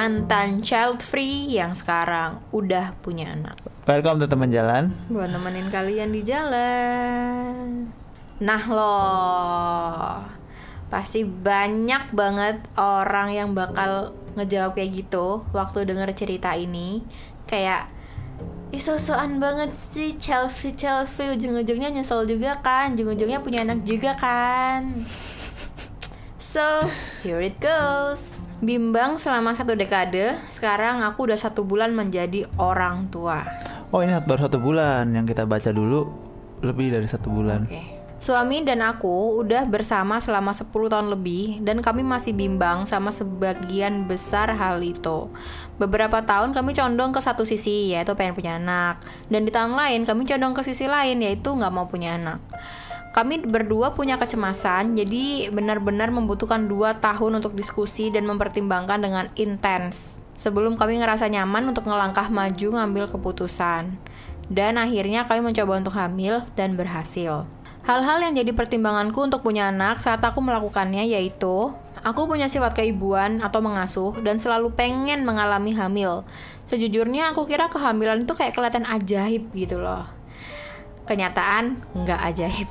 mantan child free yang sekarang udah punya anak. Welcome to teman jalan. Buat nemenin kalian di jalan. Nah loh, pasti banyak banget orang yang bakal ngejawab kayak gitu waktu denger cerita ini. Kayak, ih so-soan banget sih child free. Ujung-ujungnya nyesel juga kan, ujung-ujungnya punya anak juga kan. So, here it goes. Bimbang selama 1 dekade, sekarang aku udah 1 bulan menjadi orang tua. Oh ini baru 1 bulan, yang kita baca dulu lebih dari 1 bulan. Oke. Suami dan aku udah bersama selama 10 tahun lebih dan kami masih bimbang sama sebagian besar hal itu. Beberapa tahun kami condong ke satu sisi, yaitu pengen punya anak. Dan di tahun lain kami condong ke sisi lain, yaitu gak mau punya anak. Kami berdua punya kecemasan, jadi benar-benar membutuhkan 2 tahun untuk diskusi dan mempertimbangkan dengan intens sebelum kami ngerasa nyaman untuk ngelangkah maju ngambil keputusan. Dan akhirnya kami mencoba untuk hamil dan berhasil. Hal-hal yang jadi pertimbanganku untuk punya anak saat aku melakukannya yaitu aku punya sifat keibuan atau mengasuh dan selalu pengen mengalami hamil. Sejujurnya aku kira kehamilan itu kayak kelihatan ajaib gitu loh. Kenyataan nggak ajaib.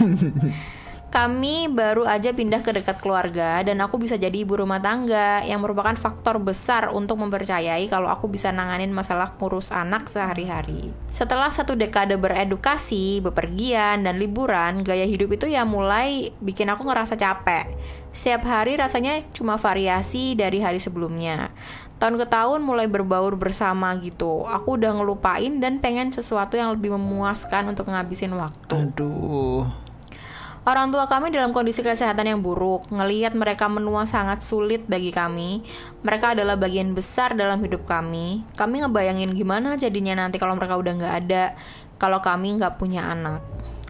Kami baru aja pindah ke dekat keluarga dan aku bisa jadi ibu rumah tangga yang merupakan faktor besar untuk mempercayai kalau aku bisa nanganin masalah ngurus anak sehari-hari. Setelah 1 dekade beredukasi, bepergian, dan liburan, gaya hidup itu ya mulai bikin aku ngerasa capek. Setiap hari rasanya cuma variasi dari hari sebelumnya. Tahun ke tahun mulai berbaur bersama gitu. Aku udah ngelupain dan pengen sesuatu yang lebih memuaskan untuk ngabisin waktu. Aduh. Orang tua kami dalam kondisi kesehatan yang buruk. Ngelihat mereka menua sangat sulit bagi kami. Mereka adalah bagian besar dalam hidup kami. Kami ngebayangin gimana jadinya nanti kalau mereka udah gak ada, kalau kami gak punya anak.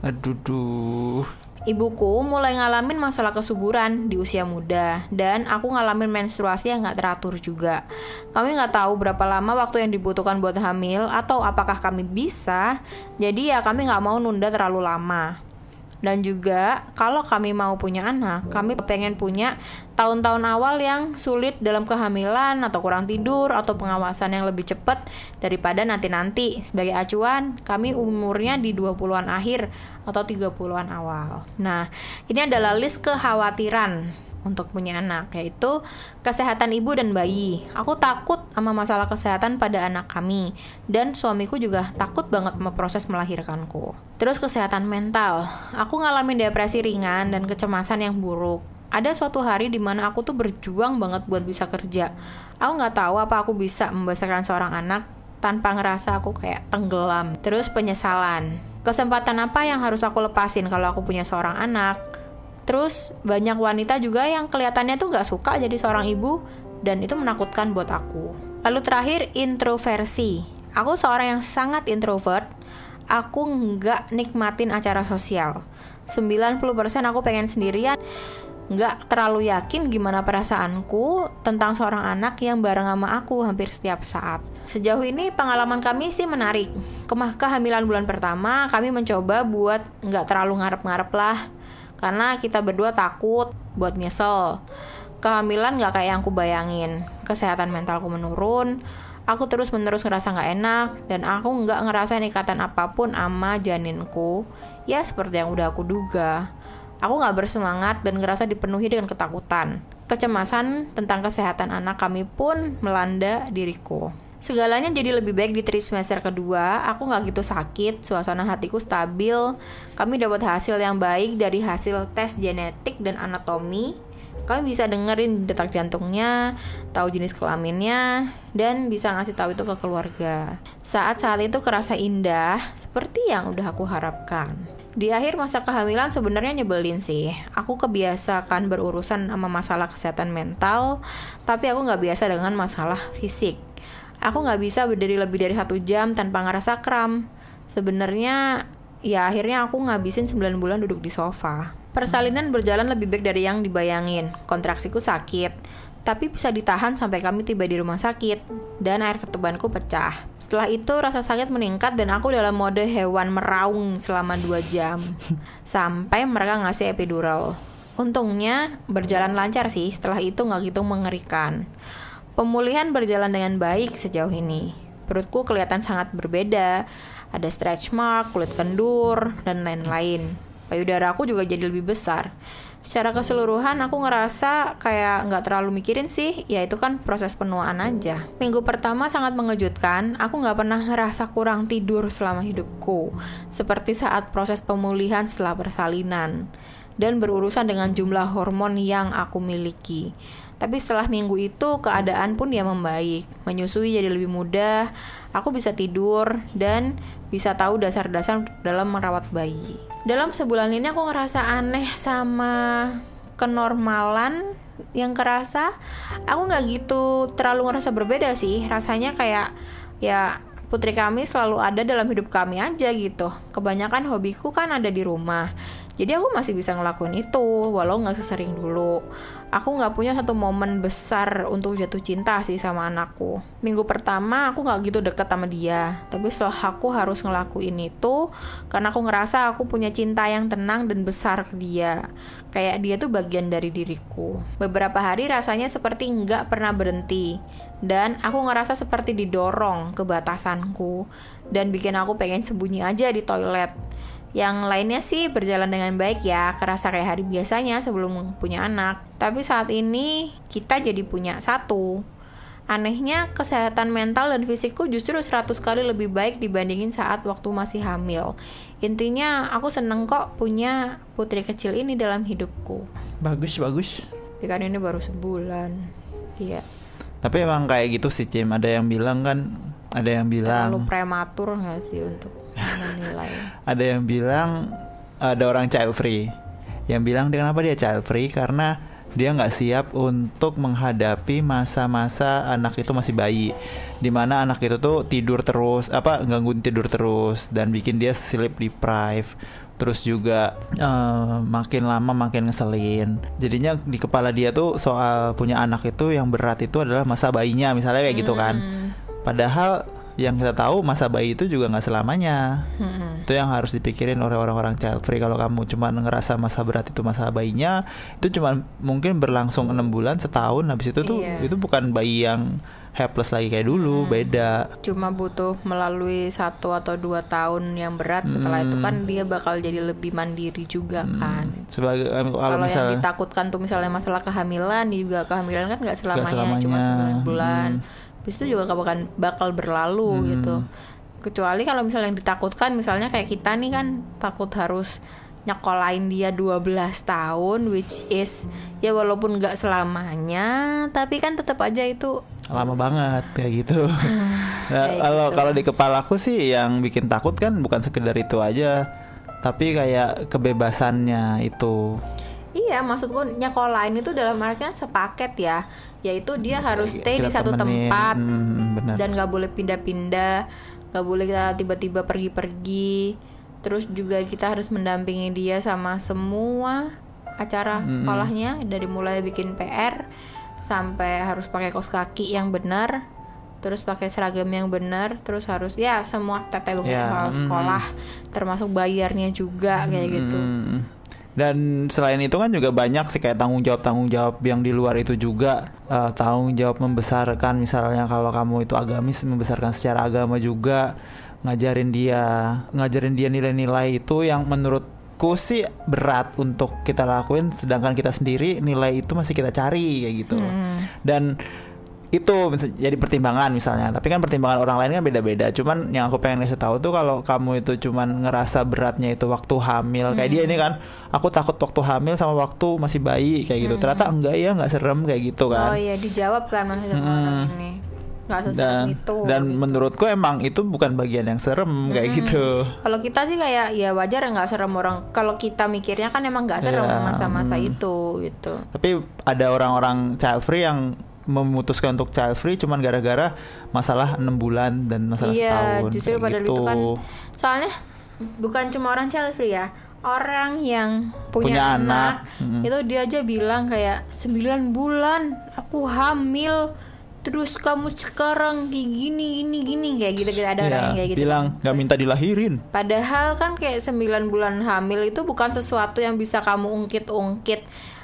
Aduh. Ibuku mulai ngalamin masalah kesuburan di usia muda. Dan aku ngalamin menstruasi yang gak teratur juga. Kami gak tahu berapa lama waktu yang dibutuhkan buat hamil, atau apakah kami bisa. Jadi ya kami gak mau nunda terlalu lama. Dan juga kalau kami mau punya anak, kami pengen punya tahun-tahun awal yang sulit dalam kehamilan atau kurang tidur atau pengawasan yang lebih cepat daripada nanti-nanti. Sebagai acuan, kami umurnya di 20-an akhir atau 30-an awal. Nah, ini adalah list kekhawatiran untuk punya anak, yaitu kesehatan ibu dan bayi. Aku takut sama masalah kesehatan pada anak kami, dan suamiku juga takut banget sama proses melahirkanku. Terus kesehatan mental, aku ngalamin depresi ringan dan kecemasan yang buruk. Ada suatu hari di mana aku tuh berjuang banget buat bisa kerja. Aku nggak tahu apa aku bisa membesarkan seorang anak tanpa ngerasa aku kayak tenggelam. Terus penyesalan, kesempatan apa yang harus aku lepasin kalau aku punya seorang anak. Terus banyak wanita juga yang kelihatannya tuh gak suka jadi seorang ibu, dan itu menakutkan buat aku. Lalu terakhir, introversi. Aku seorang yang sangat introvert. Aku gak nikmatin acara sosial. 90% aku pengen sendirian. Gak terlalu yakin gimana perasaanku tentang seorang anak yang bareng sama aku hampir setiap saat. Sejauh ini pengalaman kami sih menarik. Kehamilan bulan pertama kami mencoba buat gak terlalu ngarep-ngarep lah, karena kita berdua takut buat nyesel. Kehamilan gak kayak yang aku bayangin. Kesehatan mentalku menurun. Aku terus-menerus ngerasa gak enak. Dan aku gak ngerasain ikatan apapun sama janinku. Ya seperti yang udah aku duga. Aku gak bersemangat dan ngerasa dipenuhi dengan ketakutan. Kecemasan tentang kesehatan anak kami pun melanda diriku. Segalanya jadi lebih baik di trimester kedua. Aku gak gitu sakit, suasana hatiku stabil. Kami dapat hasil yang baik dari hasil tes genetik dan anatomi. Kami bisa dengerin detak jantungnya, tahu jenis kelaminnya, dan bisa ngasih tahu itu ke keluarga. Saat-saat itu kerasa indah, seperti yang udah aku harapkan. Di akhir masa kehamilan sebenarnya nyebelin sih. Aku kebiasakan berurusan sama masalah kesehatan mental, tapi aku gak biasa dengan masalah fisik. Aku gak bisa berdiri lebih dari 1 jam tanpa ngerasa kram. Sebenarnya, ya akhirnya aku ngabisin 9 bulan duduk di sofa. Persalinan berjalan lebih baik dari yang dibayangin. Kontraksiku sakit, tapi bisa ditahan sampai kami tiba di rumah sakit. Dan air ketubanku pecah. Setelah itu rasa sakit meningkat dan aku dalam mode hewan meraung selama 2 jam. Sampai mereka ngasih epidural. Untungnya berjalan lancar sih, setelah itu gak gitu mengerikan. Pemulihan berjalan dengan baik sejauh ini. Perutku kelihatan sangat berbeda. Ada stretch mark, kulit kendur, dan lain-lain. Payudara aku juga jadi lebih besar. Secara keseluruhan aku ngerasa kayak nggak terlalu mikirin sih, ya itu kan proses penuaan aja. Minggu pertama sangat mengejutkan, aku nggak pernah ngerasa kurang tidur selama hidupku. Seperti saat proses pemulihan setelah persalinan. Dan berurusan dengan jumlah hormon yang aku miliki. Tapi setelah minggu itu keadaan pun ya membaik. Menyusui jadi lebih mudah, aku bisa tidur dan bisa tahu dasar-dasar dalam merawat bayi. Dalam sebulan ini aku ngerasa aneh sama kenormalan yang kerasa. Aku gak gitu terlalu ngerasa berbeda sih. Rasanya kayak ya putri kami selalu ada dalam hidup kami aja gitu. Kebanyakan hobiku kan ada di rumah. Jadi aku masih bisa ngelakuin itu, walau gak sesering dulu. Aku gak punya satu momen besar untuk jatuh cinta sih sama anakku. Minggu pertama aku gak gitu deket sama dia. Tapi setelah aku harus ngelakuin itu, karena aku ngerasa aku punya cinta yang tenang dan besar ke dia. Kayak dia tuh bagian dari diriku. Beberapa hari rasanya seperti gak pernah berhenti. Dan aku ngerasa seperti didorong ke batasanku. Dan bikin aku pengen sembunyi aja di toilet. Yang lainnya sih berjalan dengan baik ya, kerasa kayak hari biasanya sebelum punya anak. Tapi saat ini kita jadi punya satu. Anehnya kesehatan mental dan fisikku justru 100 kali lebih baik dibandingin saat waktu masih hamil. Intinya aku seneng kok punya putri kecil ini dalam hidupku. Bagus. Tapi kan ini baru sebulan. Iya. Tapi emang kayak gitu sih Cim. Ada yang bilang terlalu prematur gak sih untuk menilai. Ada yang bilang ada orang child free yang bilang kenapa dia child free, karena dia nggak siap untuk menghadapi masa-masa anak itu masih bayi, dimana anak itu tuh tidur terus, gangguin tidur terus dan bikin dia sleep deprived. Terus juga makin lama makin ngeselin. Jadinya di kepala dia tuh soal punya anak itu yang berat itu adalah masa bayinya, misalnya kayak gitu kan. Padahal yang kita tahu masa bayi itu juga nggak selamanya. Itu yang harus dipikirin oleh orang-orang child free. Kalau kamu cuma ngerasa masa berat itu masa bayinya, itu cuma mungkin berlangsung 6 bulan, setahun, habis itu tuh itu bukan bayi yang helpless lagi kayak dulu, beda. Cuma butuh melalui 1 atau 2 tahun yang berat. Setelah itu kan dia bakal jadi lebih mandiri juga kan. Sebagai kalau yang ditakutkan tuh misalnya masalah kehamilan, juga kehamilan kan nggak selamanya, cuma 9 bulan. Habis itu juga bakal berlalu gitu. Kecuali kalau misalnya yang ditakutkan, misalnya kayak kita nih kan takut harus nyekolahin dia 12 tahun, which is ya walaupun gak selamanya, tapi kan tetap aja itu lama banget kayak gitu. Kalau di kepalaku sih yang bikin takut kan bukan sekedar itu aja, tapi kayak kebebasannya itu. Iya, maksudku nyekolahin itu dalam artian sepaket ya, yaitu dia harus stay di satu tempat dan gak boleh pindah-pindah, gak boleh kita tiba-tiba pergi-pergi. Terus juga kita harus mendampingi dia sama semua acara sekolahnya, dari mulai bikin PR sampai harus pakai kaos kaki yang benar, terus pakai seragam yang benar, terus harus ya semua tetelung soal sekolah, termasuk bayarnya juga kayak gitu. Dan selain itu kan juga banyak sih kayak tanggung jawab yang di luar itu juga, tanggung jawab membesarkan, misalnya kalau kamu itu agamis, membesarkan secara agama juga, ngajarin dia nilai-nilai itu yang menurutku sih berat untuk kita lakuin, sedangkan kita sendiri nilai itu masih kita cari kayak gitu. Dan itu jadi pertimbangan misalnya, tapi kan pertimbangan orang lain kan beda-beda. Cuman yang aku pengen kasih tahu tuh, kalau kamu itu cuman ngerasa beratnya itu waktu hamil, kayak dia ini kan, aku takut waktu hamil sama waktu masih bayi kayak gitu. Ternyata enggak ya, nggak serem kayak gitu kan. Oh iya, dijawab kan maksudnya orang ini. Dan menurutku emang itu bukan bagian yang serem kayak gitu. Kalau kita sih kayak ya wajar nggak serem orang. Kalau kita mikirnya kan emang nggak serem masa-masa itu gitu. Tapi ada orang-orang child free yang memutuskan untuk child free cuman gara-gara masalah 6 bulan dan masalah setahun. Iya, justru pada gitu. Itu kan soalnya bukan cuma orang child free ya, orang yang punya anak itu dia aja bilang kayak 9 bulan aku hamil, terus kamu sekarang kayak gini kayak gitu, ada orang yang kayak gitu bilang nggak minta dilahirin. Padahal kan kayak 9 bulan hamil itu bukan sesuatu yang bisa kamu ungkit-ungkit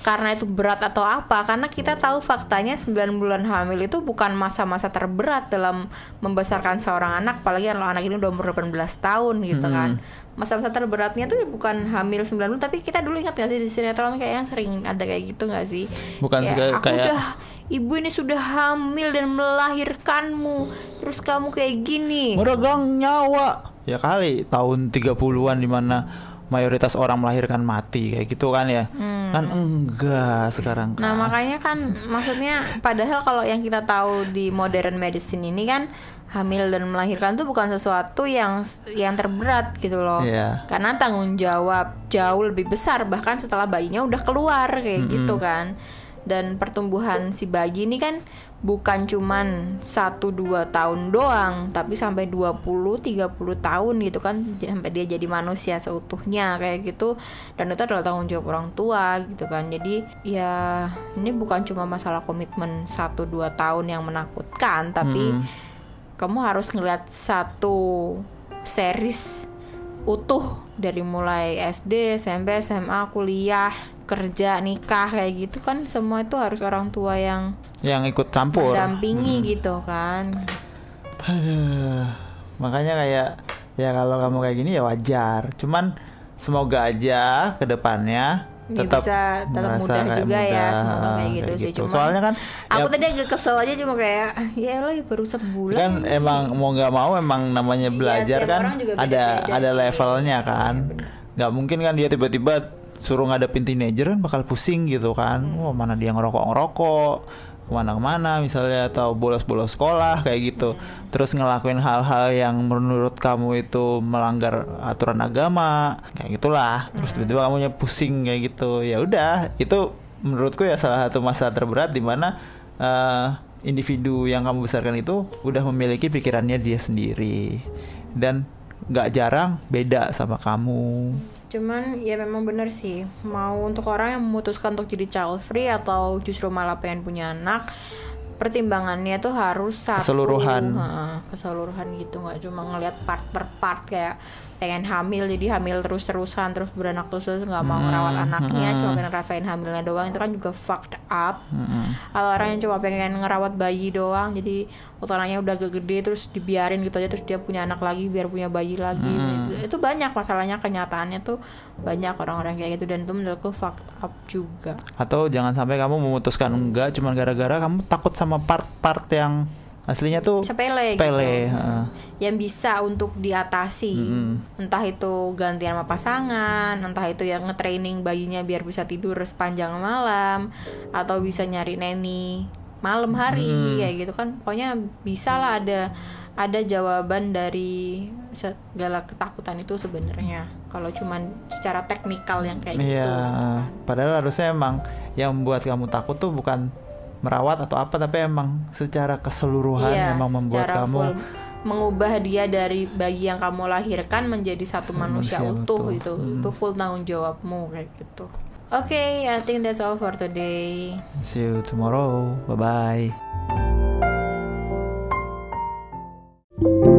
karena itu berat atau apa, karena kita tahu faktanya 9 bulan hamil itu bukan masa-masa terberat dalam membesarkan seorang anak, apalagi kalau anak ini udah umur 18 tahun gitu kan. Masa-masa terberatnya tuh ya bukan hamil 9 bulan, tapi kita dulu ingat gak sih di sinetron kayak yang sering ada kayak gitu gak sih? Bukan kayak, aku kayak udah, ibu ini sudah hamil dan melahirkanmu, terus kamu kayak gini. meregang nyawa. Ya kali tahun 30-an dimana mayoritas orang melahirkan mati kayak gitu kan ya. Kan enggak sekarang kan. Nah makanya kan maksudnya padahal kalau yang kita tahu di modern medicine ini kan hamil dan melahirkan tuh bukan sesuatu yang terberat gitu loh. Karena tanggung jawab jauh lebih besar bahkan setelah bayinya udah keluar kayak gitu kan. Dan pertumbuhan si bayi ini kan bukan cuman 1-2 tahun doang, tapi sampai 20-30 tahun gitu kan, sampai dia jadi manusia seutuhnya kayak gitu. Dan itu adalah tanggung jawab orang tua gitu kan. Jadi ya ini bukan cuma masalah komitmen 1-2 tahun yang menakutkan, tapi kamu harus ngeliat satu series utuh dari mulai SD, SMP, SMA, kuliah, kerja, nikah kayak gitu kan, semua itu harus orang tua yang ikut campur, dampingi gitu kan. Aduh, makanya kayak ya kalau kamu kayak gini ya wajar. Cuman semoga aja kedepannya tetap mudah juga ya, semoga kayak gitu sih. Cuman soalnya kan aku tadi agak kesel aja, cuma kayak ya lo baru sebulan kan emang mau nggak mau emang namanya belajar kan ada levelnya kan. Nggak mungkin kan dia tiba-tiba suruh ngadepin teenager kan bakal pusing gitu kan. Wah mana dia ngerokok kemana-kemana misalnya, atau bolos-bolos sekolah kayak gitu, terus ngelakuin hal-hal yang menurut kamu itu melanggar aturan agama kayak gitulah, terus tiba-tiba kamunya pusing kayak gitu. Ya udah, itu menurutku ya salah satu masa terberat di mana individu yang kamu besarkan itu udah memiliki pikirannya dia sendiri dan nggak jarang beda sama kamu. Cuman ya memang benar sih, mau untuk orang yang memutuskan untuk jadi child free atau justru malah pengen punya anak, pertimbangannya tuh harus keseluruhan gitu, nggak cuma ngelihat part per part kayak pengen hamil jadi hamil terus-terusan terus beranak terus nggak mau ngerawat anaknya, cuma pengen rasain hamilnya doang, itu kan juga fucked up. Kalau orang yang cuma pengen ngerawat bayi doang, jadi waktu anaknya udah gede terus dibiarin gitu aja, terus dia punya anak lagi biar punya bayi lagi, itu banyak masalahnya, kenyataannya tuh banyak orang-orang kayak gitu, dan itu menurutku fucked up juga. Atau jangan sampai kamu memutuskan enggak cuma gara-gara kamu takut sama part-part yang aslinya tuh sepele gitu. Yang bisa untuk diatasi, entah itu gantian sama pasangan, entah itu yang nge-training bayinya biar bisa tidur sepanjang malam, atau bisa nyari neni malam hari kayak gitu kan. Pokoknya bisa lah ada jawaban dari segala ketakutan itu sebenarnya, kalau cuman secara teknikal yang kayak gitu. Padahal harusnya emang yang membuat kamu takut tuh bukan merawat atau apa, tapi emang secara keseluruhan emang membuat kamu mengubah dia dari bayi yang kamu lahirkan menjadi satu manusia utuh. Itu full tanggung jawabmu kayak gitu. Okay, I think that's all for today. See you tomorrow. Bye bye.